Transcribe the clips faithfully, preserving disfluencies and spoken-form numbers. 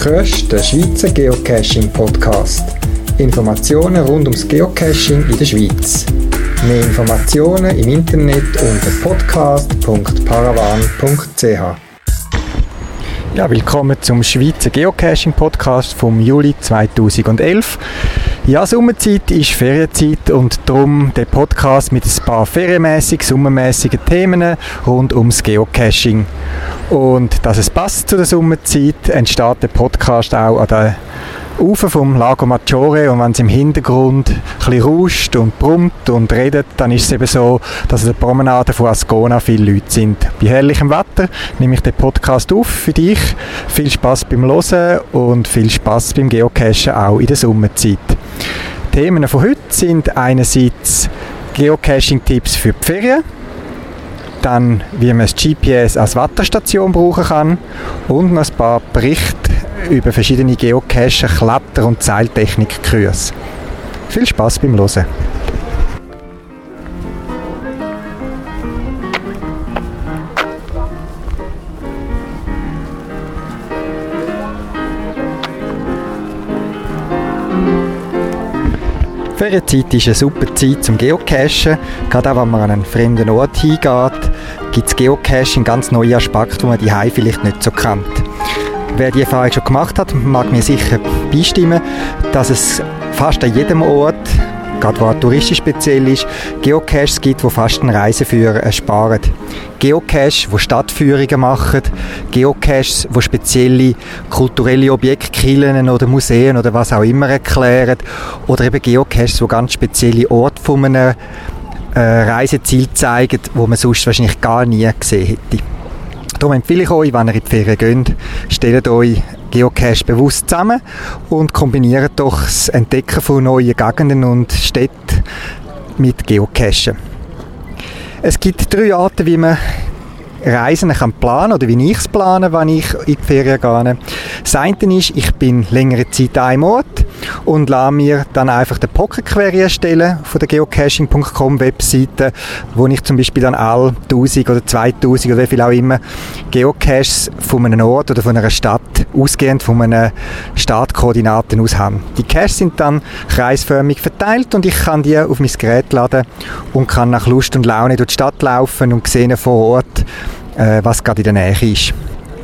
hörst den Schweizer Geocaching-Podcast. Informationen rund ums Geocaching in der Schweiz. Mehr Informationen im Internet unter podcast punkt paravan punkt c h. Ja, willkommen zum Schweizer Geocaching-Podcast vom Juli zweitausendelf. Ja, Sommerzeit ist Ferienzeit und darum der Podcast mit ein paar ferienmäßig, sommermäßigen Themen rund ums Geocaching. Und dass es passt zu der Sommerzeit, entsteht der Podcast auch an der Ufer vom Lago Maggiore, und wenn es im Hintergrund ein bisschen rauscht und brummt und redet, dann ist es eben so, dass an der Promenade von Ascona viele Leute sind. Bei herrlichem Wetter nehme ich den Podcast auf für dich. Viel Spass beim Hören und viel Spass beim Geocachen auch in der Sommerzeit. Die Themen von heute sind einerseits Geocaching-Tipps für die Ferien, dann wie man das G P S als Wetterstation brauchen kann und noch ein paar Berichte über verschiedene Geocachen, Kletter- und Seiltechnik-Kurse. Viel Spass beim Hören! Ferienzeit ist eine super Zeit zum Geocachen. Gerade auch wenn man an einen fremden Ort hingeht, gibt es Geocaching ganz neue Aspekte, die man daheim vielleicht nicht so kennt. Wer die Erfahrung schon gemacht hat, mag mir sicher beistimmen, dass es fast an jedem Ort, gerade wo touristisch speziell ist, Geocaches gibt, die fast einen Reiseführer ersparen. Geocaches, die Stadtführungen machen, Geocaches, die spezielle kulturelle Objekte, Kirchen oder Museen oder was auch immer erklären, oder eben Geocaches, die ganz spezielle Orte von einem äh, Reiseziel zeigen, wo man sonst wahrscheinlich gar nie gesehen hätte. Darum empfehle ich euch, wenn ihr in die Ferien geht, stellt euch Geocache bewusst zusammen und kombiniert doch das Entdecken von neuen Gegenden und Städten mit Geocachen. Es gibt drei Arten, wie man Reisen kann planen oder wie ich es plane, wenn ich in die Ferien gehe. Das eine ist, ich bin längere Zeit an einem Ort und lasse mir dann einfach den Pocket-Query erstellen von der geocaching punkt com Webseite, wo ich zum Beispiel dann alle tausend oder zweitausend oder wie viel auch immer Geocaches von einem Ort oder von einer Stadt ausgehend von einer Startkoordinaten aus habe. Die Caches sind dann kreisförmig verteilt und ich kann die auf mein Gerät laden und kann nach Lust und Laune durch die Stadt laufen und sehen vor Ort, was gerade in der Nähe ist.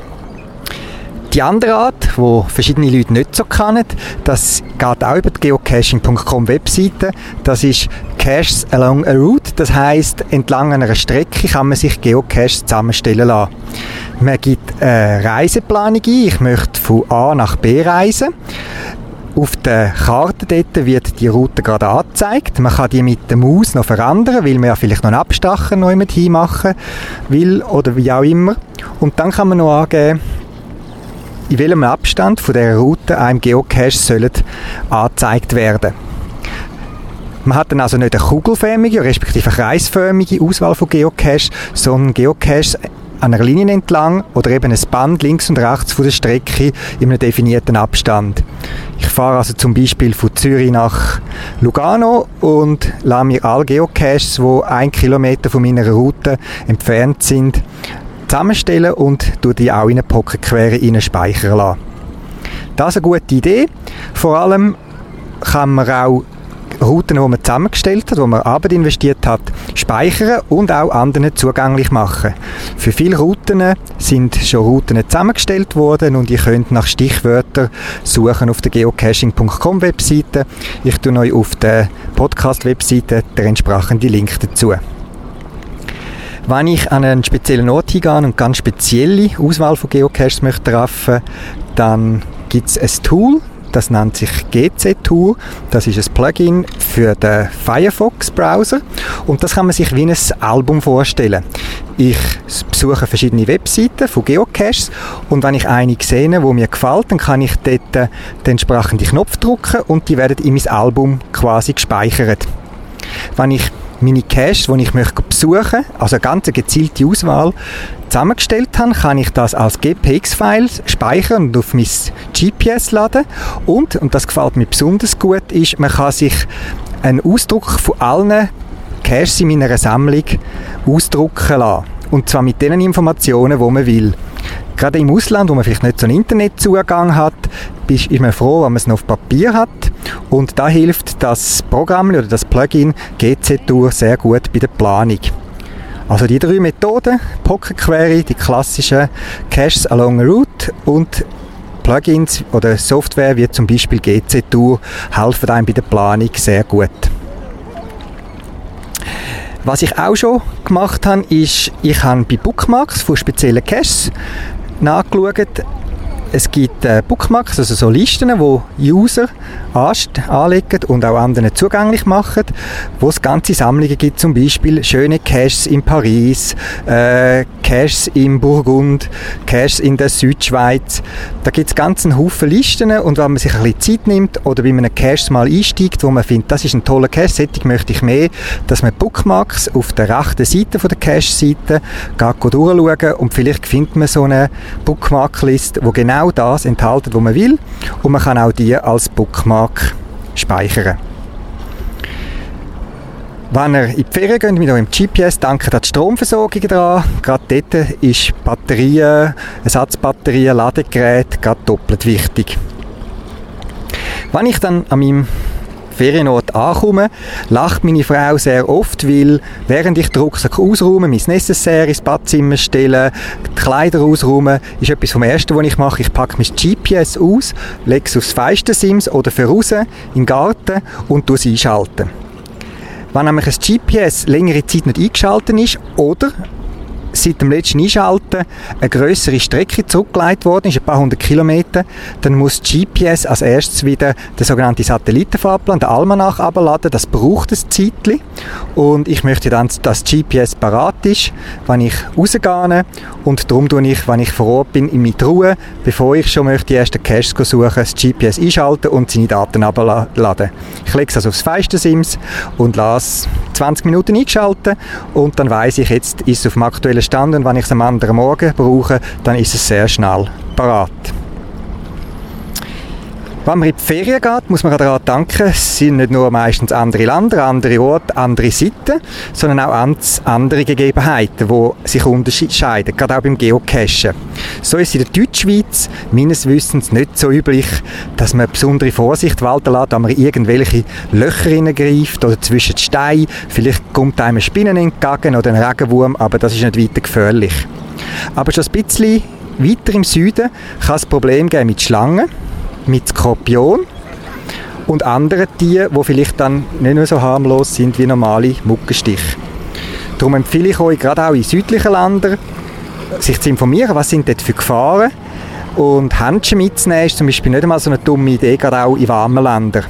Die andere Art, die verschiedene Leute nicht so kennen, das geht auch über die geocaching punkt com Webseite. Das ist Caches along a route. Das heisst, entlang einer Strecke kann man sich Geocaches zusammenstellen lassen. Man gibt eine Reiseplanung ein. Ich möchte von A nach B reisen. Auf der Karte dort wird die Route gerade angezeigt. Man kann die mit der Maus noch verändern, weil man ja vielleicht noch einen Abstecher noch jemand hinmachen will oder wie auch immer. Und dann kann man noch angeben, in welchem Abstand von dieser Route einem Geocache sollen angezeigt werden. Man hat dann also nicht eine kugelförmige, respektive kreisförmige Auswahl von Geocaches, sondern Geocaches an einer Linie entlang oder eben ein Band links und rechts von der Strecke in einem definierten Abstand. Ich fahre also zum Beispiel von Zürich nach Lugano und lasse mir alle Geocaches, die ein Kilometer von meiner Route entfernt sind, zusammenstellen und tue die auch in eine Pocket-Query speichern lassen. Das ist eine gute Idee. Vor allem kann man auch Routen, die man zusammengestellt hat, wo man Arbeit investiert hat, speichern und auch anderen zugänglich machen. Für viele Routen sind schon Routen zusammengestellt worden und ihr könnt nach Stichwörtern suchen auf der geocaching punkt com Webseite. Ich tue euch auf der Podcast-Webseite den entsprechenden Link dazu. Wenn ich an einen speziellen Ort hingehe und ganz spezielle Auswahl von Geocaches möchte treffen, dann gibt es ein Tool, das nennt sich G C-Tour. Das ist ein Plugin für den Firefox-Browser und das kann man sich wie ein Album vorstellen. Ich besuche verschiedene Webseiten von Geocaches und wenn ich eine sehe, die mir gefällt, dann kann ich dort den entsprechenden Knopf drücken und die werden in mein Album quasi gespeichert. Wenn ich meine Caches, die ich möchte besuchen, also eine ganz gezielte Auswahl, zusammengestellt habe, kann ich das als G P X-File speichern und auf mein G P S laden. Und, und das gefällt mir besonders gut, ist, man kann sich einen Ausdruck von allen Caches in meiner Sammlung ausdrucken lassen. Und zwar mit den Informationen, die man will. Gerade im Ausland, wo man vielleicht nicht so einen Internetzugang hat, ist man froh, wenn man es noch auf Papier hat. Und da hilft das Programm oder das Plugin G Z Tour sehr gut bei der Planung. Also die drei Methoden, Pocket Query, die klassischen Caches along a route und Plugins oder Software wie zum Beispiel G Z Tour helfen einem bei der Planung sehr gut. Was ich auch schon gemacht habe, ist, ich habe bei Bookmarks von speziellen Caches nachgeschaut. Es gibt äh, Bookmarks, also so Listen, die User anlegen und auch anderen zugänglich machen, wo es ganze Sammlungen gibt, zum Beispiel schöne Caches in Paris, äh, Caches in Burgund, Caches in der Südschweiz. Da gibt es ganz einen Haufen Listen und wenn man sich ein bisschen Zeit nimmt oder bei einem Cache mal einsteigt, wo man findet, das ist ein toller Cache, solche möchte ich mehr, dass man Bookmarks auf der rechten Seite von der Cache-Seite durchschauen und vielleicht findet man so eine Bookmark-Liste, wo genau das enthalten, was man will, und man kann auch die als Bookmark speichern. Wenn ihr in die Ferien geht mit eurem G P S, denkt an die Stromversorgung dran. Gerade dort ist Batterien, Ersatzbatterien, Ladegerät gerade doppelt wichtig. Wenn ich dann an meinem Ferienort ankomme, lacht meine Frau sehr oft, weil während ich den Rucksack ausräume, mein Necessaire ins Badzimmer stelle, die Kleider ausräume, ist etwas vom Ersten, was ich mache. Ich packe mein G P S aus, lege es aufs Fenstersims oder für raus in den Garten und tue es einschalten. Wenn nämlich ein G P S längere Zeit nicht eingeschaltet ist oder seit dem letzten Einschalten eine grössere Strecke zurückgelegt worden ist, ein paar hundert Kilometer, dann muss G P S als erstes wieder den sogenannten Satellitenfahrplan, den Almanach, abladen. Das braucht ein Zeitchen. Und ich möchte dann, dass G P S parat ist, wenn ich rausgehe. Und darum tue ich, wenn ich vor Ort bin, in mit Ruhe, bevor ich schon möchte, die ersten Caches suchen, das G P S einschalten und seine Daten abladen. Ich lege es also aufs Fenstersims und lasse zwanzig Minuten eingeschaltet und dann weiss ich, jetzt ist es auf dem aktuellen Stand und wenn ich es am anderen Morgen brauche, dann ist es sehr schnell parat. Wenn man in die Ferien geht, muss man daran denken, es sind nicht nur meistens andere Länder, andere Orte, andere Seiten, sondern auch andere Gegebenheiten, die sich unterscheiden, gerade auch beim Geocachen. So ist es in der Deutschschweiz meines Wissens nicht so üblich, dass man besondere Vorsicht walten lässt, wenn man in irgendwelche Löcher hineingreift oder zwischen die Steine. Vielleicht kommt einem eine Spinne entgegen oder ein Regenwurm, aber das ist nicht weiter gefährlich. Aber schon ein bisschen weiter im Süden kann es Probleme geben mit Schlangen, mit Skorpion und anderen Tieren, die vielleicht dann nicht mehr so harmlos sind wie normale Mückenstiche. Darum empfehle ich euch, gerade auch in südlichen Ländern, sich zu informieren, was sind dort für Gefahren, und Handschuhe mitzunehmen ist zum Beispiel nicht einmal so eine dumme Idee, gerade auch in warmen Ländern.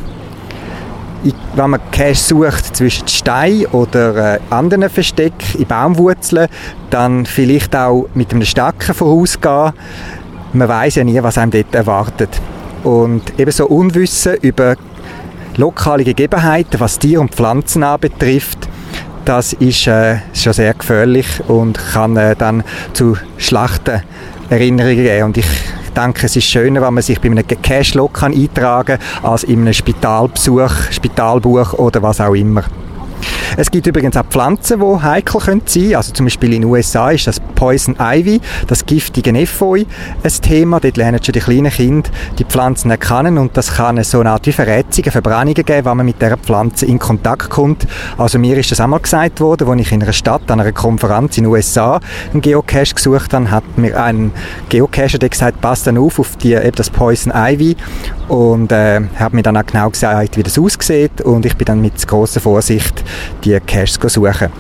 Wenn man Cache sucht zwischen Steinen oder äh, anderen Verstecken in Baumwurzeln, dann vielleicht auch mit einem Stecken vorausgehen. Man weiss ja nie, was einem dort erwartet. Und eben so Unwissen über lokale Gegebenheiten, was Tiere und Pflanzen anbetrifft, das ist äh, schon sehr gefährlich und kann äh, dann zu schlechten Erinnerungen geben. Und ich denke, es ist schöner, wenn man sich bei einem Cache-Log eintragen kann, als in einem Spitalbesuch, Spitalbuch oder was auch immer. Es gibt übrigens auch Pflanzen, die heikel sein können. Also zum Beispiel in den U S A ist das Poison Ivy, das giftige Efeu, ein Thema. Dort lernen schon die kleinen Kinder die Pflanzen erkennen und das kann so eine Art wie Verrätzungen, Verbrennungen geben, wenn man mit dieser Pflanze in Kontakt kommt. Also mir ist das einmal gesagt worden, als ich in einer Stadt an einer Konferenz in den U S A einen Geocache gesucht habe, hat mir ein Geocacher gesagt, passt dann auf auf die, eben das Poison Ivy, und äh, hat mir dann auch genau gesagt, wie das aussieht, und ich bin dann mit grosser Vorsicht die Caches suchen.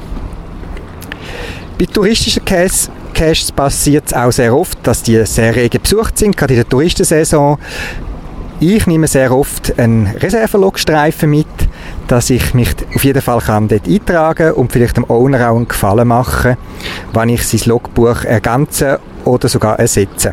Bei touristischen Caches, Caches passiert es auch sehr oft, dass die sehr rege besucht sind, gerade in der Touristensaison. Ich nehme sehr oft einen Reservelogstreifen mit, dass ich mich auf jeden Fall kann dort eintragen kann und vielleicht dem Owner auch einen Gefallen machen, wenn ich sein Logbuch ergänze oder sogar ersetze.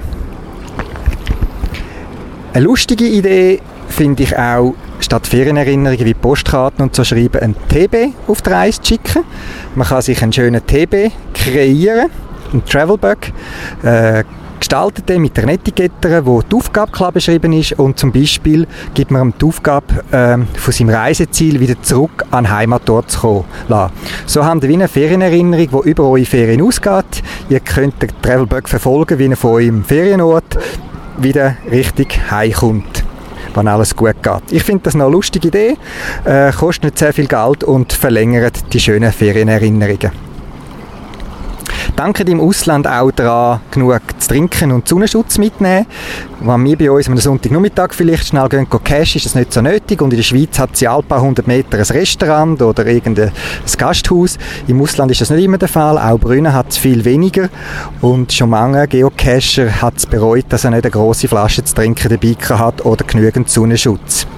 Eine lustige Idee finde ich auch, statt Ferienerinnerungen wie Postkarten und so schreiben, ein T B auf die Reise zu schicken. Man kann sich einen schönen T B kreieren, einen Travelbug, äh, gestaltet den mit einer Etikette, wo die Aufgabe klar beschrieben ist und zum Beispiel gibt man ihm die Aufgabe, äh, von seinem Reiseziel wieder zurück an den Heimatort zu kommen lassen. So habt ihr wie eine Ferienerinnerung, die über eure Ferien ausgeht. Ihr könnt den Travelbug verfolgen, wie er von eurem Ferienort wieder richtig heimkommt, wenn alles gut geht. Ich finde das eine lustige Idee, äh, kostet nicht sehr viel Geld und verlängert die schönen Ferienerinnerungen. Danke im Ausland auch daran, genug zu trinken und Sonnenschutz mitnehmen. Wenn wir bei uns am Sonntagnachmittag vielleicht schnell gehen, gehen cashen, ist das nicht so nötig. Und in der Schweiz hat sie alle paar hundert Meter ein Restaurant oder irgendein Gasthaus. Im Ausland ist das nicht immer der Fall. Auch Brünnen hat es viel weniger. Und schon manche Geocacher hat es bereut, dass er nicht eine grosse Flasche zu trinken dabei hat oder genügend Sonnenschutz.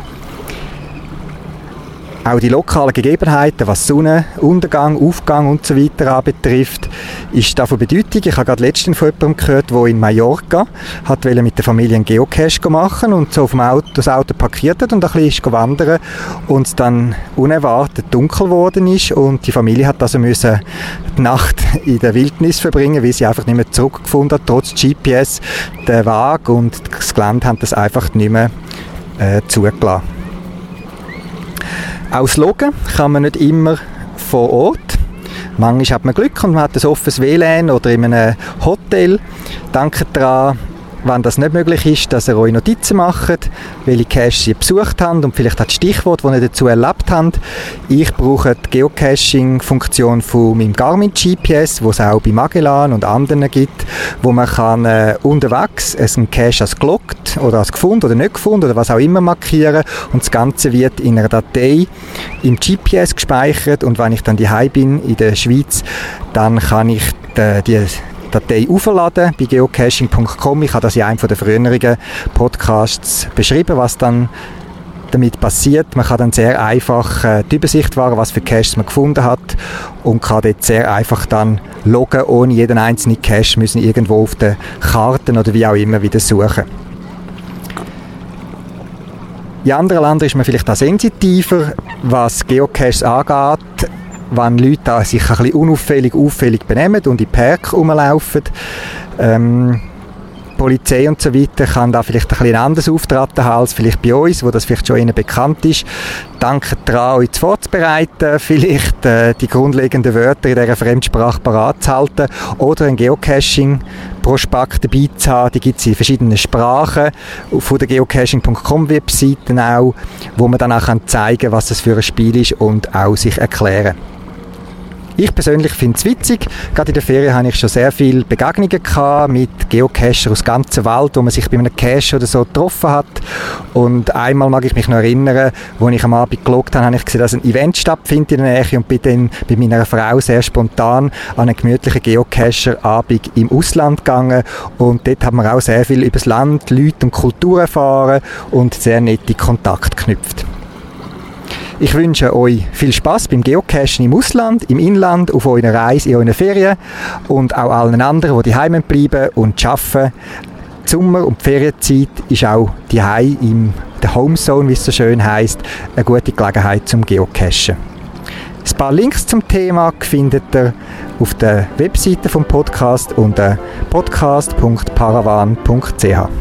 Auch die lokalen Gegebenheiten, was Sonnenuntergang, Aufgang und so weiter anbetrifft, ist davon Bedeutung. Ich habe gerade letztens von jemandem gehört, der in Mallorca hat mit der Familie einen Geocache machen und so auf dem Auto, das Auto parkiert hat und ein bisschen wandern und es dann unerwartet dunkel geworden ist und die Familie hat also müssen die Nacht in der Wildnis verbringen, weil sie einfach nicht mehr zurückgefunden hat, trotz G P S, den Weg und das Gelände hat das einfach nicht mehr äh, zugelassen. Auch das Loggen kann man nicht immer vor Ort. Manchmal hat man Glück und man hat ein offenes W L A N oder in einem Hotel. Danke daran, wenn das nicht möglich ist, dass ihr euch Notizen macht, welche Caches ihr besucht habt und vielleicht auch das Stichwort, das ihr dazu erlebt habt. Ich brauche die Geocaching-Funktion von meinem Garmin G P S, die es auch bei Magellan und anderen gibt, wo man kann äh, unterwegs einen Cache als gelockt oder als gefunden oder nicht gefunden oder was auch immer markieren und das Ganze wird in einer Datei im G P S gespeichert und wenn ich dann daheim bin in der Schweiz, dann kann ich die, die Datei aufladen bei geocaching punkt com. Ich habe das in einem der früheren Podcasts beschrieben, was dann damit passiert. Man kann dann sehr einfach äh, die Übersicht wahren, was für Caches man gefunden hat und kann dort sehr einfach dann loggen, ohne jeden einzelnen Cache müssen irgendwo auf den Karten oder wie auch immer wieder suchen. In anderen Ländern ist man vielleicht auch sensitiver, was Geocaches angeht, wenn Leute sich ein bisschen unauffällig, auffällig benehmen und in Park rumlaufen. Ähm, Polizei und so weiter kann da vielleicht ein bisschen anders auftreten als vielleicht bei uns, wo das vielleicht schon ihnen bekannt ist. Danke daran, euch vorzubereiten, vielleicht äh, die grundlegenden Wörter in dieser Fremdsprache parat zu halten oder ein Geocaching-Prospekt dabei zu haben. Die gibt es in verschiedenen Sprachen, von der geocaching punkt com Webseiten auch, wo man dann auch zeigen kann, was das für ein Spiel ist und auch sich erklären. Ich persönlich finde es witzig. Gerade in der Ferien hatte ich schon sehr viele Begegnungen gehabt mit Geocachern aus der ganzen Welt, wo man sich bei einem Cache oder so getroffen hat. Und einmal mag ich mich noch erinnern, als ich am Abend geloggt habe, habe ich gesehen, dass ein Event stattfindet in der Nähe und bin dann mit meiner Frau sehr spontan an einen gemütlichen Geocacher-Abend im Ausland gegangen. Und dort haben wir auch sehr viel über das Land, Leute und Kultur erfahren und sehr nette Kontakte geknüpft. Ich wünsche euch viel Spass beim Geocachen im Ausland, im Inland, auf eurer Reise, in euren Ferien und auch allen anderen, die daheim bleiben und arbeiten. Die Sommer- und die Ferienzeit ist auch daheim in der Homezone, wie es so schön heisst, eine gute Gelegenheit zum Geocachen. Ein paar Links zum Thema findet ihr auf der Webseite vom Podcast unter podcast punkt paravan punkt c h.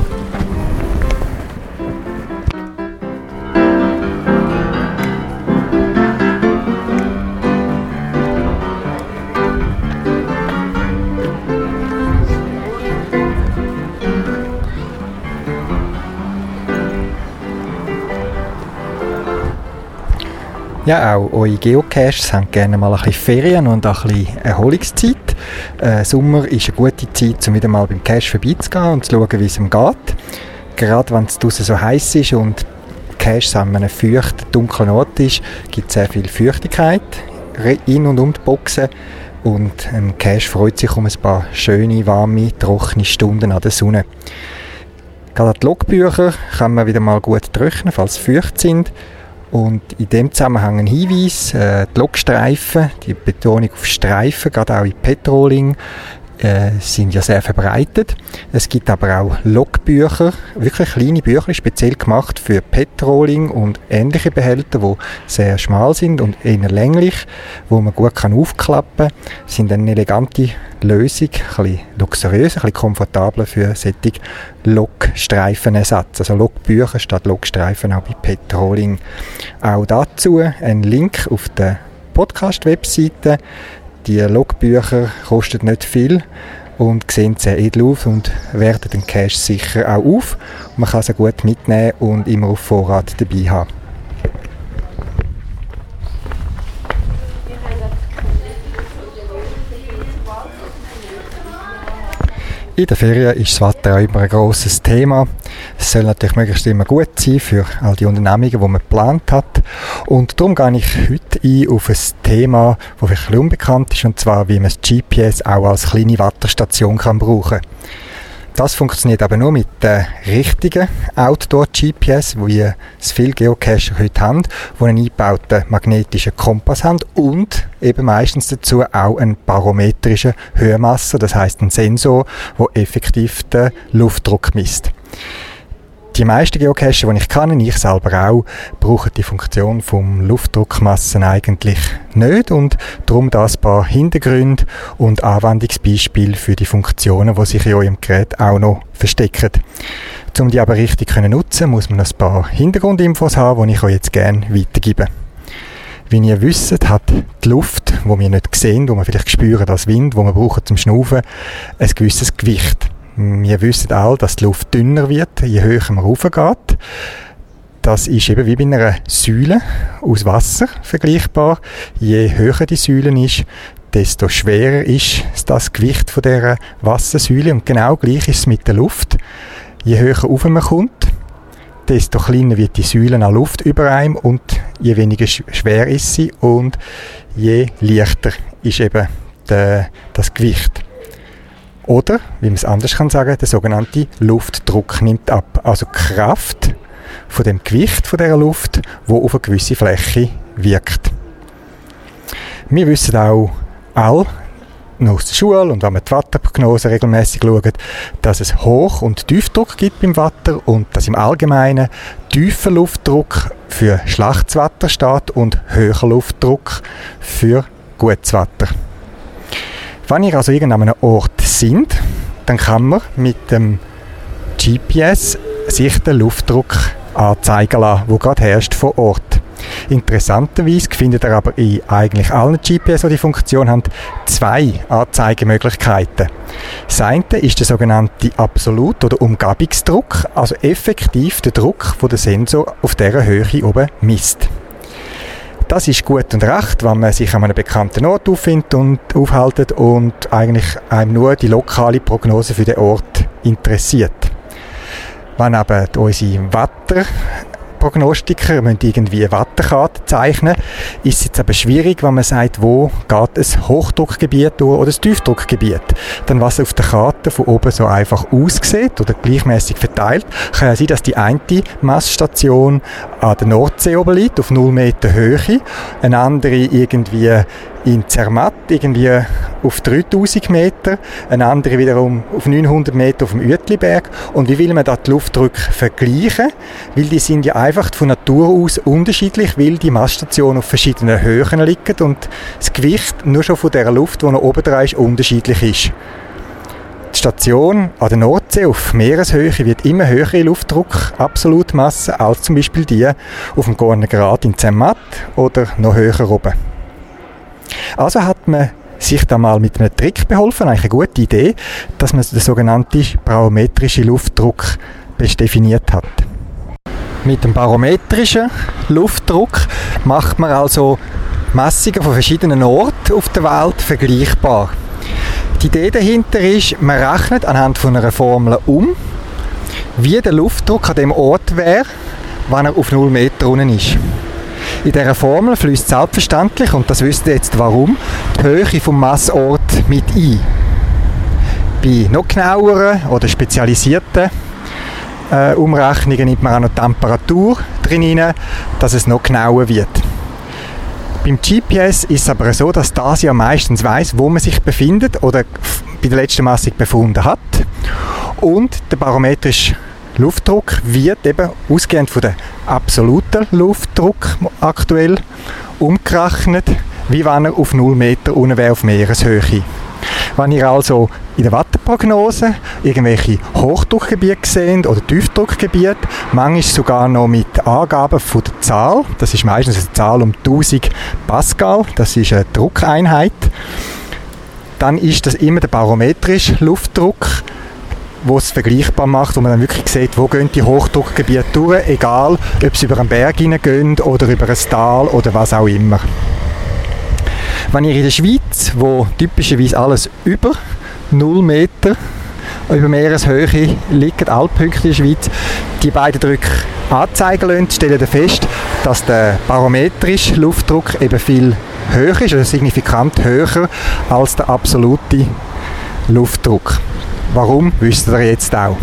Ja, auch eure Geocaches haben gerne mal ein bisschen Ferien und auch ein bisschen Erholungszeit. Äh, Sommer ist eine gute Zeit, um wieder mal beim Cache vorbeizugehen und zu schauen, wie es ihm geht. Gerade wenn es draussen so heiß ist und Caches an einem feuchten, dunklen Ort ist, gibt es sehr viel Feuchtigkeit in und um die Boxen. Und ein Cache freut sich um ein paar schöne, warme, trockene Stunden an der Sonne. Gerade die Logbücher kann man wieder mal gut trocknen, falls sie feucht sind. Und in dem Zusammenhang ein Hinweis, äh, die Logstreifen, die Betonung auf Streifen, gerade auch in Petroling, äh, sind ja sehr verbreitet. Es gibt aber auch Logbücher, wirklich kleine Bücher, speziell gemacht für Petrolling und ähnliche Behälter, die sehr schmal sind und eher länglich, wo man gut kann aufklappen kann. Das sind eine elegante Lösung, ein bisschen luxuriös, ein bisschen komfortabler für solche Logstreifenersatz. Also Logbücher statt Logstreifen auch bei Petrolling. Auch dazu ein Link auf der Podcast-Webseite. Die Logbücher kosten nicht viel und sehen sehr edel aus und werten den Cache sicher auch auf. Man kann sie gut mitnehmen und immer auf Vorrat dabei haben. In der Ferien ist das Wetter auch immer ein grosses Thema. Es soll natürlich möglichst immer gut sein für all die Unternehmungen, die man geplant hat. Und darum gehe ich heute ein auf ein Thema, das vielleicht unbekannt ist, und zwar, wie man das G P S auch als kleine Wetterstation kann brauchen kann. Das funktioniert aber nur mit den richtigen Outdoor-G P S, wie es viele Geocacher heute haben, die einen eingebauten magnetischen Kompass haben und eben meistens dazu auch einen barometrischen Höhenmesser, das heisst einen Sensor, der effektiv den Luftdruck misst. Die meisten Geocacher, die ich kenne, ich selber auch, brauchen die Funktion vom Luftdruckmessen eigentlich nicht und darum das ein paar Hintergründe und Anwendungsbeispiele für die Funktionen, die sich in eurem Gerät auch noch verstecken. Um die aber richtig zu nutzen, muss man noch ein paar Hintergrundinfos haben, die ich euch jetzt gerne weitergebe. Wie ihr wisst, hat die Luft, die wir nicht sehen, die wir vielleicht spüren als Wind, die wir brauchen zum Schnaufen, ein gewisses Gewicht. Wir wissen auch, dass die Luft dünner wird, je höher man raufgeht. Das ist eben wie bei einer Säule aus Wasser vergleichbar. Je höher die Säule ist, desto schwerer ist das Gewicht von dieser Wassersäule. Und genau gleich ist es mit der Luft. Je höher rauf man kommt, desto kleiner wird die Säule an Luft über einem und je weniger schwer ist sie und je leichter ist eben der, das Gewicht. Oder, wie man es anders kann sagen, der sogenannte Luftdruck nimmt ab. Also die Kraft von dem Gewicht von dieser Luft, die auf eine gewisse Fläche wirkt. Wir wissen auch alle, noch aus der Schule und wenn man die Wetterprognose regelmäßig schaut, dass es Hoch- und Tiefdruck gibt beim Wetter und dass im Allgemeinen tiefer Luftdruck für schlechtes Wetter steht und höherer Luftdruck für gutes Wetter. Wenn ihr also irgendwo an einem Ort sind, dann kann man mit dem G P S sich den Luftdruck anzeigen lassen, der gerade herrscht vor Ort. Interessanterweise findet ihr aber in eigentlich allen G P S, die die Funktion haben, zwei Anzeigemöglichkeiten. Das eine ist der sogenannte Absolut- oder Umgebungsdruck, also effektiv der Druck, den der Sensor auf dieser Höhe oben misst. Das ist gut und recht, wenn man sich an einem bekannten Ort auffindet und aufhält und eigentlich einem nur die lokale Prognose für den Ort interessiert. Wenn aber unsere Wetterprognostiker irgendwie eine Wetterkarte zeichnen, ist es jetzt aber schwierig, wenn man sagt, wo geht ein Hochdruckgebiet durch oder ein Tiefdruckgebiet. Dann, was auf der Karte von oben so einfach aussieht oder gleichmäßig verteilt, kann ja sein, dass die eine Messstation an der Nordsee oben liegt, auf null Meter Höhe, eine andere irgendwie in Zermatt, irgendwie auf dreitausend Meter, eine andere wiederum auf neunhundert Meter auf dem Uetliberg. Und wie will man da die Luftdrücke vergleichen? Weil die sind ja einfach von Natur aus unterschiedlich, weil die Messstationen auf verschiedenen Höhen liegen und das Gewicht nur schon von der Luft, die noch oben dran ist, unterschiedlich ist. Die Station an der Nordsee auf Meereshöhe wird immer höhere Luftdruck, Absolutmasse, als zum Beispiel die auf dem Gorner Grat in Zermatt oder noch höher oben. Also hat man sich da mal mit einem Trick beholfen, eigentlich eine gute Idee, dass man den sogenannten barometrischen Luftdruck definiert hat. Mit dem barometrischen Luftdruck macht man also Messungen von verschiedenen Orten auf der Welt vergleichbar. Die Idee dahinter ist, man rechnet anhand von einer Formel um, wie der Luftdruck an dem Ort wäre, wenn er auf null Meter unten ist. In dieser Formel fließt selbstverständlich, und das wisst ihr jetzt warum, die Höhe vom Messort mit ein. Bei noch genaueren oder spezialisierten äh, Umrechnungen nimmt man auch noch die Temperatur drin rein, dass es noch genauer wird. Beim G P S ist es aber so, dass das ja meistens weiss, wo man sich befindet oder bei der letzten Messung befunden hat. Und der barometrische Luftdruck wird eben ausgehend von dem absoluten Luftdruck aktuell umgerechnet, wie wenn er auf null Meter unten wäre auf Meereshöhe. Wenn ihr also in der Wetterprognose irgendwelche Hochdruckgebiete seht oder Tiefdruckgebiete, manchmal sogar noch mit Angaben von der Zahl, das ist meistens eine Zahl um tausend Pascal, das ist eine Druckeinheit, dann ist das immer der barometrische Luftdruck, wo es vergleichbar macht, wo man dann wirklich sieht, wo gehen die Hochdruckgebiete durch, egal ob sie über einen Berg hineingehen oder über ein Tal oder was auch immer. Wenn ihr in der Schweiz, wo typischerweise alles über null Meter über Meereshöhe liegt, Alppunkte in der Schweiz, die beiden Drücke anzeigen lassen, stellen ihr fest, dass der barometrische Luftdruck eben viel höher ist, also signifikant höher als der absolute Luftdruck. Warum, wisst ihr jetzt auch.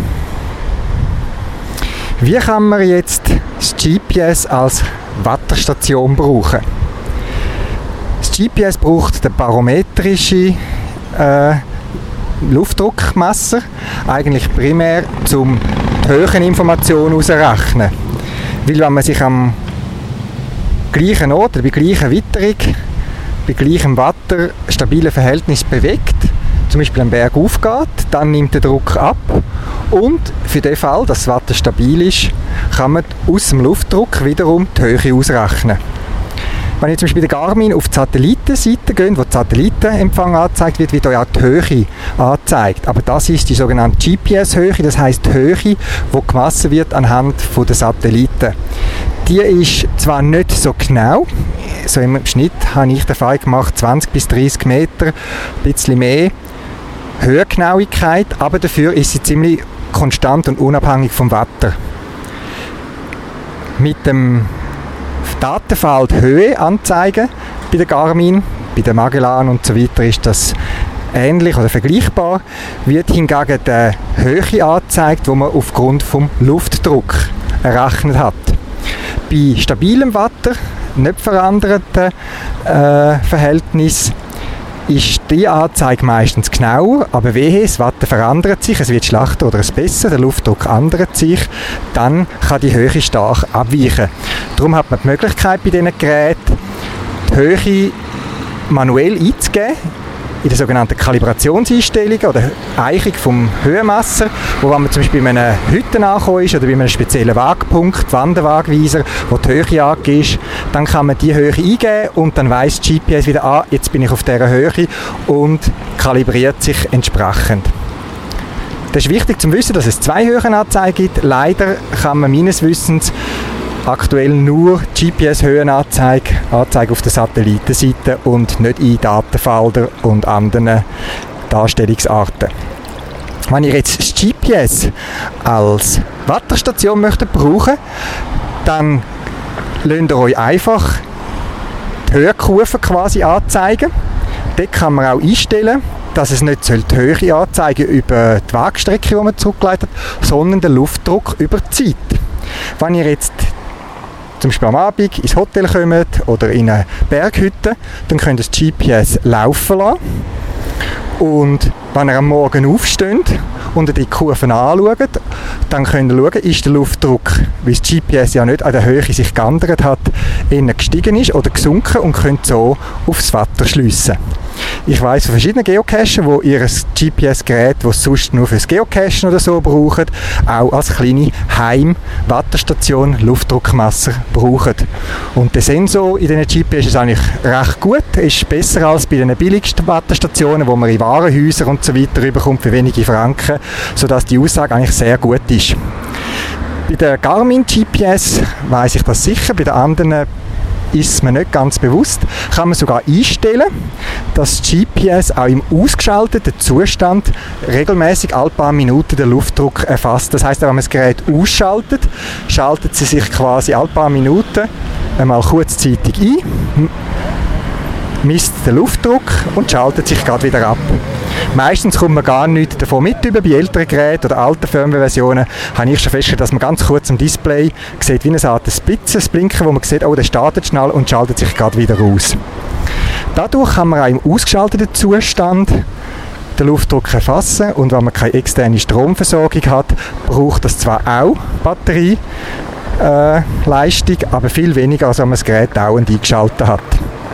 Wie kann man jetzt das G P S als Wetterstation brauchen? Das G P S braucht den barometrischen äh, Luftdruckmesser eigentlich primär, um die Höheninformationen herauszurechnen. Weil wenn man sich am gleichen Ort, bei gleicher Witterung, bei gleichem Wetter, stabilen Verhältnis bewegt, zum Beispiel ein Berg aufgeht, dann nimmt der Druck ab und für den Fall, dass das Wetter stabil ist, kann man aus dem Luftdruck wiederum die Höhe ausrechnen. Wenn ihr zum Beispiel bei der Garmin auf die Satellitenseite geht, wo der Satellitenempfang angezeigt wird, wird euch auch die Höhe angezeigt. Aber das ist die sogenannte G P S-Höhe, das heisst die Höhe, die gemessen wird anhand der Satelliten. Die ist zwar nicht so genau, so im Schnitt habe ich den Fall gemacht, zwanzig bis dreißig Meter, ein bisschen mehr Höhengenauigkeit, aber dafür ist sie ziemlich konstant und unabhängig vom Wetter. Mit dem Datenfeld Höhe anzeigen bei der Garmin, bei der Magellan und so weiter ist das ähnlich oder vergleichbar, wird hingegen die Höhe angezeigt, die man aufgrund vom Luftdruck errechnet hat. Bei stabilem Wetter, nicht veränderten äh, Verhältnis, ist die Anzeige meistens genauer, aber wehe, das Wetter verändert sich, es wird schlechter oder es besser, der Luftdruck ändert sich, dann kann die Höhe stark abweichen. Darum hat man die Möglichkeit bei diesen Geräten, die Höhe manuell einzugeben, in der sogenannten Kalibrationseinstellung oder Eichung vom Höhenmesser, wo wenn man zum Beispiel bei einer Hütte angekommen ist oder bei einem speziellen Wegpunkt, Wanderwegweiser, wo die Höhe angegeben ist, dann kann man die Höhe eingeben und dann weiss G P S wieder, ah, jetzt bin ich auf dieser Höhe und kalibriert sich entsprechend. Das ist wichtig zu wissen, dass es zwei Höhenanzeigen gibt. Leider kann man meines Wissens aktuell nur G P S-Höhenanzeige Anzeige auf der Satellitenseite und nicht in Datenfelder und anderen Darstellungsarten. Wenn ihr jetzt das G P S als Wetterstation möchtet brauchen, dann lasst ihr euch einfach die Höhenkurve quasi anzeigen. Dort kann man auch einstellen, dass es nicht die Höhe anzeigen über die Wegstrecke, die man zurückgelegt hat, sondern den Luftdruck über die Zeit. Wenn ihr jetzt zum Beispiel am Abend ins Hotel kommt oder in eine Berghütte, dann könnt ihr das G P S laufen lassen. Und wenn ihr am Morgen aufsteht und ihr die Kurven anschaut, dann könnt ihr schauen, ist der Luftdruck, weil das G P S ja nicht an der Höhe sich geändert hat, eher gestiegen ist oder gesunken und könnt so aufs Wetter schliessen. Ich weiss von verschiedenen Geocachen, wo ihr G P S-Gerät, das sonst nur fürs Geocachen oder so braucht, auch als kleine Heim-Wetterstation Luftdruckmesser brauchen. Und der Sensor in diesen G P S ist eigentlich recht gut, ist besser als bei den billigsten Wetterstationen, wo man in Warenhäusern und so weiter rüberkommt für wenige Franken, sodass die Aussage eigentlich sehr gut ist. Bei der Garmin G P S weiss ich das sicher, bei den anderen ist es mir nicht ganz bewusst, kann man sogar einstellen, dass das G P S auch im ausgeschalteten Zustand regelmäßig alle paar Minuten den Luftdruck erfasst. Das heisst, wenn man das Gerät ausschaltet, schaltet sie sich quasi alle paar Minuten einmal kurzzeitig ein, misst den Luftdruck und schaltet sich gerade wieder ab. Meistens kommt man gar nichts davon mit über. Bei älteren Geräten oder alten Firmware-Versionen habe ich schon festgestellt, dass man ganz kurz am Display sieht, wie eine Art Spitzen, das Blinken, wo man sieht, oh, der startet schnell und schaltet sich gerade wieder aus. Dadurch kann man auch im ausgeschalteten Zustand den Luftdruck erfassen und wenn man keine externe Stromversorgung hat, braucht das zwar auch Batterieleistung, äh, aber viel weniger, als wenn man das Gerät dauernd eingeschaltet hat.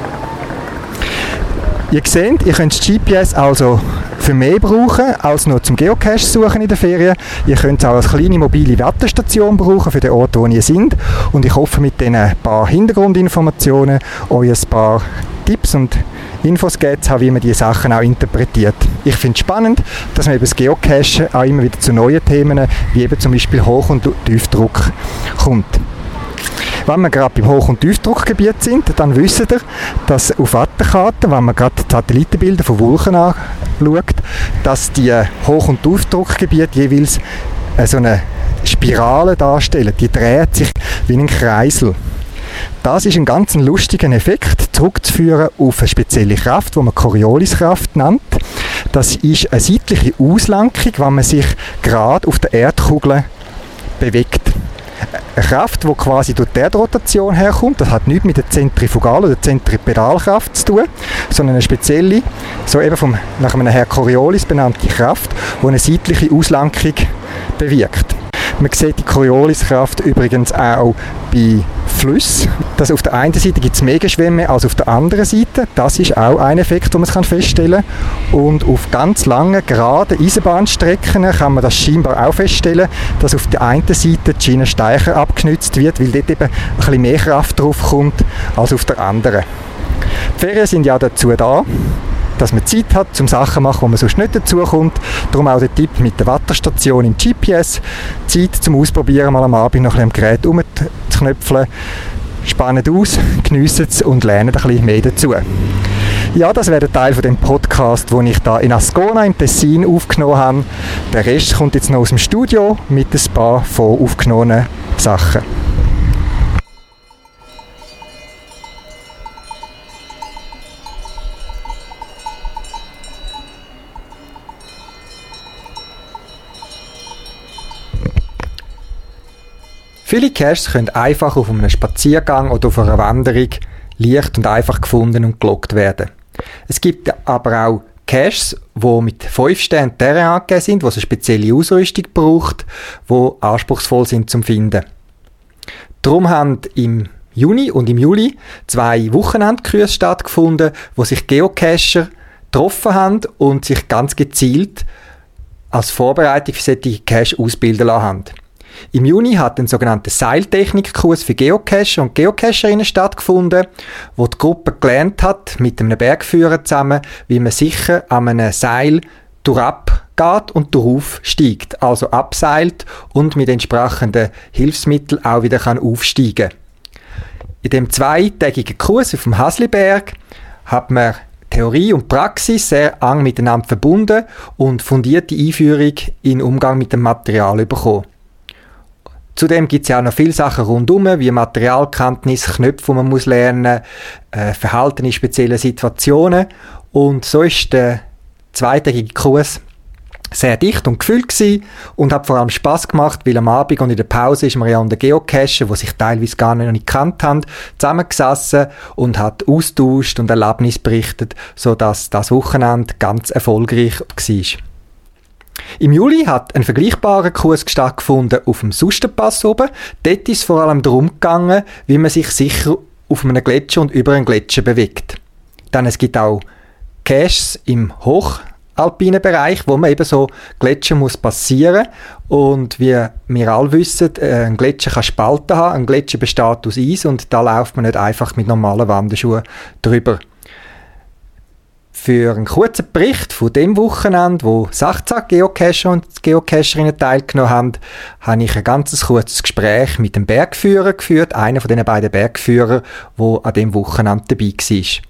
Ihr seht, ihr könnt das G P S also für mehr brauchen, als nur zum Geocache suchen in der Ferien. Ihr könnt es auch als kleine mobile Wetterstation brauchen für den Ort, wo ihr seid. Und ich hoffe, mit diesen paar Hintergrundinformationen euch ein paar Tipps und Infos gegeben zu haben, wie man diese Sachen auch interpretiert. Ich finde es spannend, dass man über das Geocachen auch immer wieder zu neuen Themen, wie eben zum Beispiel Hoch- und Tiefdruck, kommt. Wenn wir gerade beim Hoch- und Tiefdruckgebiet sind, dann wisst ihr, dass auf Wetterkarten, wenn man gerade die Satellitenbilder von Wolken anschaut, dass die Hoch- und Tiefdruckgebiete jeweils so eine Spirale darstellen. Die dreht sich wie ein Kreisel. Das ist ein ganz lustiger Effekt, zurückzuführen auf eine spezielle Kraft, die man Corioliskraft nennt. Das ist eine seitliche Auslenkung, wenn man sich gerade auf der Erdkugel bewegt. Eine Kraft, die quasi durch die Erdrotation herkommt, das hat nichts mit der Zentrifugal- oder Zentripedalkraft zu tun, sondern eine spezielle, so eben vom, nach einem Herr Coriolis benannte Kraft, die eine seitliche Auslenkung bewirkt. Man sieht die Corioliskraft übrigens auch bei Flüssen. Das auf der einen Seite gibt es mehr Geschwemme als auf der anderen Seite. Das ist auch ein Effekt, den man feststellen kann. Und auf ganz langen, geraden Eisenbahnstrecken kann man das scheinbar auch feststellen, dass auf der einen Seite die Schiene stärker abgenützt wird, weil dort eben ein bisschen mehr Kraft drauf kommt als auf der anderen. Die Ferien sind ja dazu da, dass man Zeit hat, um Sachen zu machen, wo man sonst nicht dazu kommt. Darum auch der Tipp mit der Wetterstation im G P S. Zeit zum Ausprobieren, mal am Abend noch ein bisschen am Gerät rumzuknöpfeln. Spannen aus, geniessen es und lernen ein bisschen mehr dazu. Ja, das wäre der Teil von dem Podcast, den ich da in Ascona im Tessin aufgenommen habe. Der Rest kommt jetzt noch aus dem Studio mit ein paar voraufgenommenen Sachen. Viele Caches können einfach auf einem Spaziergang oder auf einer Wanderung leicht und einfach gefunden und gelockt werden. Es gibt aber auch Caches, die mit fünf Sternen Terrain angegeben sind, die eine spezielle Ausrüstung braucht, die anspruchsvoll sind zum Finden. Darum haben im Juni und im Juli zwei Wochenendcruises stattgefunden, wo sich Geocacher getroffen haben und sich ganz gezielt als Vorbereitung für solche Cache ausbilden lassen haben. Im Juni hat ein sogenannter Seiltechnikkurs für Geocacher und Geocacherinnen stattgefunden, wo die Gruppe gelernt hat, mit einem Bergführer zusammen, wie man sicher an einem Seil durchab geht und darauf steigt, also abseilt und mit entsprechenden Hilfsmitteln auch wieder kann aufsteigen kann. In dem zweitägigen Kurs auf dem Hasliberg hat man Theorie und Praxis sehr eng miteinander verbunden und fundierte Einführung in den Umgang mit dem Material bekommen. Zudem gibt es ja auch noch viele Sachen rundherum, wie Materialkenntnis, Knöpfe, die man muss lernen muss, äh, Verhalten in speziellen Situationen. Und so ist der zweitägige Kurs sehr dicht und gefüllt gewesen und hat vor allem Spass gemacht, weil am Abend und in der Pause ist man ja an den Geocacher, die sich teilweise gar nicht, nicht gekannt haben, zusammengesessen und hat austauscht und Erlebnisse berichtet, sodass das Wochenende ganz erfolgreich war. Im Juli hat ein vergleichbarer Kurs stattgefunden auf dem Susterpass oben. Dort ist es vor allem darum gegangen, wie man sich sicher auf einem Gletscher und über einen Gletscher bewegt. Dann es gibt auch Caches im hochalpinen Bereich, wo man eben so Gletscher muss passieren. Und wie wir alle wissen, ein Gletscher kann Spalten haben, ein Gletscher besteht aus Eis und da läuft man nicht einfach mit normalen Wanderschuhen drüber. Für einen kurzen Bericht von dem Wochenende, wo sechzehn Geocacher und Geocacherinnen teilgenommen haben, habe ich ein ganz kurzes Gespräch mit dem Bergführer geführt, einer von den beiden Bergführern, der an dem Wochenende dabei war.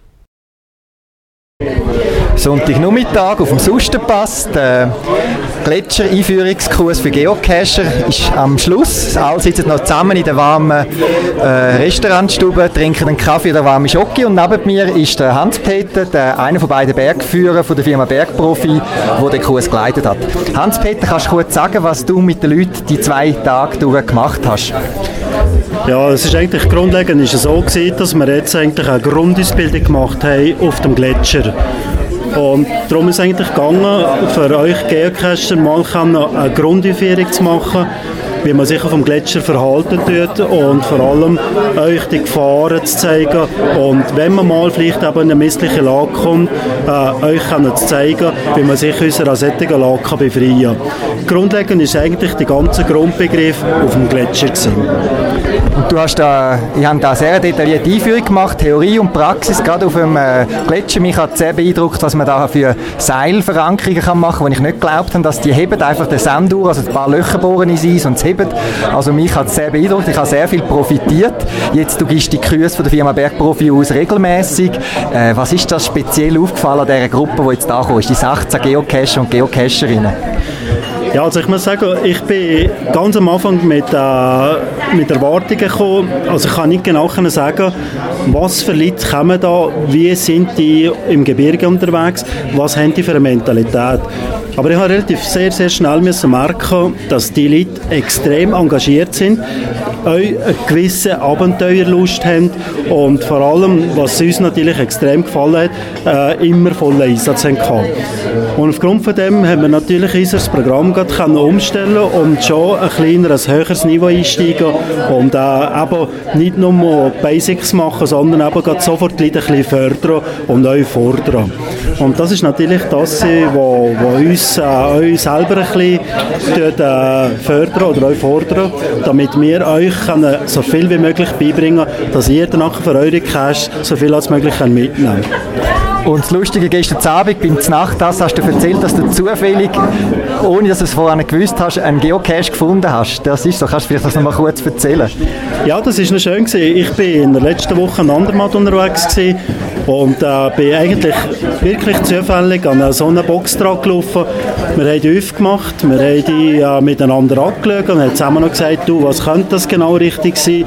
Sonntagnachmittag auf dem Susterpass. Der Gletscher-Einführungskurs für Geocacher ist am Schluss. Alle sitzen noch zusammen in der warmen äh, Restaurantstube, trinken einen Kaffee oder warme Schoki. Und neben mir ist der Hans-Peter, der einer von beiden Bergführern von der Firma Bergprofi, der den Kurs geleitet hat. Hans-Peter, kannst du kurz sagen, was du mit den Leuten die zwei Tage durch gemacht hast? Ja, es ist eigentlich grundlegend ist es so gewesen, dass wir jetzt eigentlich eine Grundausbildung gemacht haben auf dem Gletscher. Und darum ist es eigentlich gegangen, für euch Geocacher mal eine Grundeinführung zu machen, wie man sich auf dem Gletscher verhalten tut und vor allem euch die Gefahren zu zeigen und wenn man mal vielleicht eben in eine missliche Lage kommt, äh, euch können zu zeigen, wie man sich aus einer solchen Lage kann befreien kann. Grundlegend ist eigentlich der ganze Grundbegriff auf dem Gletscher gewesen. Und du hast da, ich habe da eine sehr detaillierte Einführung gemacht, Theorie und Praxis, gerade auf dem äh, Gletscher. Mich hat sehr beeindruckt, was man da für Seilverankerungen kann machen kann, wo ich nicht geglaubt habe, dass die heben einfach den Sand durch, also ein paar Löcher bohren ins Eis und es hebt. Also mich hat es sehr beeindruckt, ich habe sehr viel profitiert. Jetzt, du gibst die Kurse von der Firma Bergprofi aus regelmäßig. Äh, was ist das speziell aufgefallen an dieser Gruppe, die jetzt da kommt? Ist die achtzehn Geocacher und Geocacherinnen? Ja, also ich muss sagen, ich bin ganz am Anfang mit, äh, mit Erwartungen gekommen. Also ich kann nicht genau sagen, was für Leute kommen da, wie sind die im Gebirge unterwegs, was haben die für eine Mentalität. Aber ich habe relativ sehr, sehr schnell müssen merken, dass die Leute extrem engagiert sind, eine gewisse Abenteuerlust haben und vor allem, was uns natürlich extrem gefallen hat, äh, immer vollen Einsatz haben gehabt. Und aufgrund von dem haben wir natürlich unser Programm gerade können umstellen und schon ein kleineres, höheres Niveau einsteigen und äh, eben nicht nur Basics machen, sondern eben gerade sofort die Leute ein bisschen fördern und euch fordern. Und das ist natürlich das, was uns, äh, euch selber ein bisschen dort, äh, fördern oder euch fordern, damit wir euch können so viel wie möglich beibringen, dass ihr danach für eure Cache so viel als möglich mitnehmen könnt. Und das Lustige, gestern Abend beim Znacht, das hast du erzählt, dass du zufällig, ohne dass du es vorher gewusst hast, einen Geocache gefunden hast. Das ist so. Kannst du vielleicht das noch mal kurz erzählen? Ja, das war noch schön gewesen. Ich war in der letzten Woche ein andermal unterwegs gewesen und äh, bin eigentlich wirklich zufällig an so einer Box dran gelaufen. Wir haben die aufgemacht, wir haben die äh, miteinander angeschaut und haben zusammen noch gesagt, du, was könnte das genau richtig sein?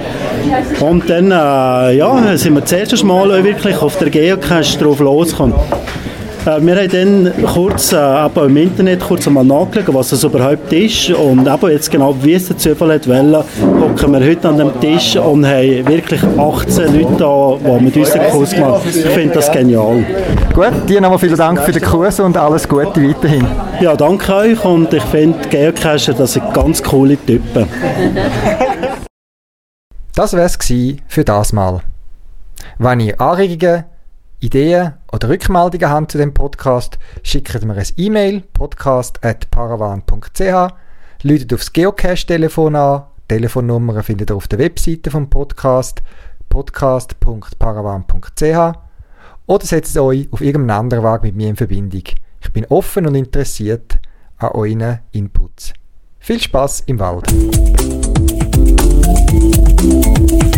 Und dann äh, ja, sind wir das erste Mal wirklich auf der Geocache drauf losgekommen. Äh, wir haben dann kurz äh, im Internet kurz einmal nachgeschaut, was das überhaupt ist und eben jetzt genau, wie es der Zufall hat wollen, hocken wir heute an dem Tisch und haben wirklich achtzehn Leute da, die mit uns den Kurs gemacht haben. Ich finde das genial. Gut, dir nochmal vielen Dank für den Kurs und alles Gute weiterhin. Ja, danke euch und ich finde Geocacher, das sind ganz coole Typen. Das wäre es für das Mal. Wenn ihr Anregungen, Ideen oder Rückmeldungen habt zu dem Podcast, schickt mir ein E-Mail podcast at paravan punkt c h, läutet aufs Geocache-Telefon an, die Telefonnummer findet ihr auf der Webseite vom Podcast podcast punkt paravan punkt c h oder setzt euch auf irgendeinem anderen Weg mit mir in Verbindung. Ich bin offen und interessiert an euren Inputs. Viel Spaß im Wald!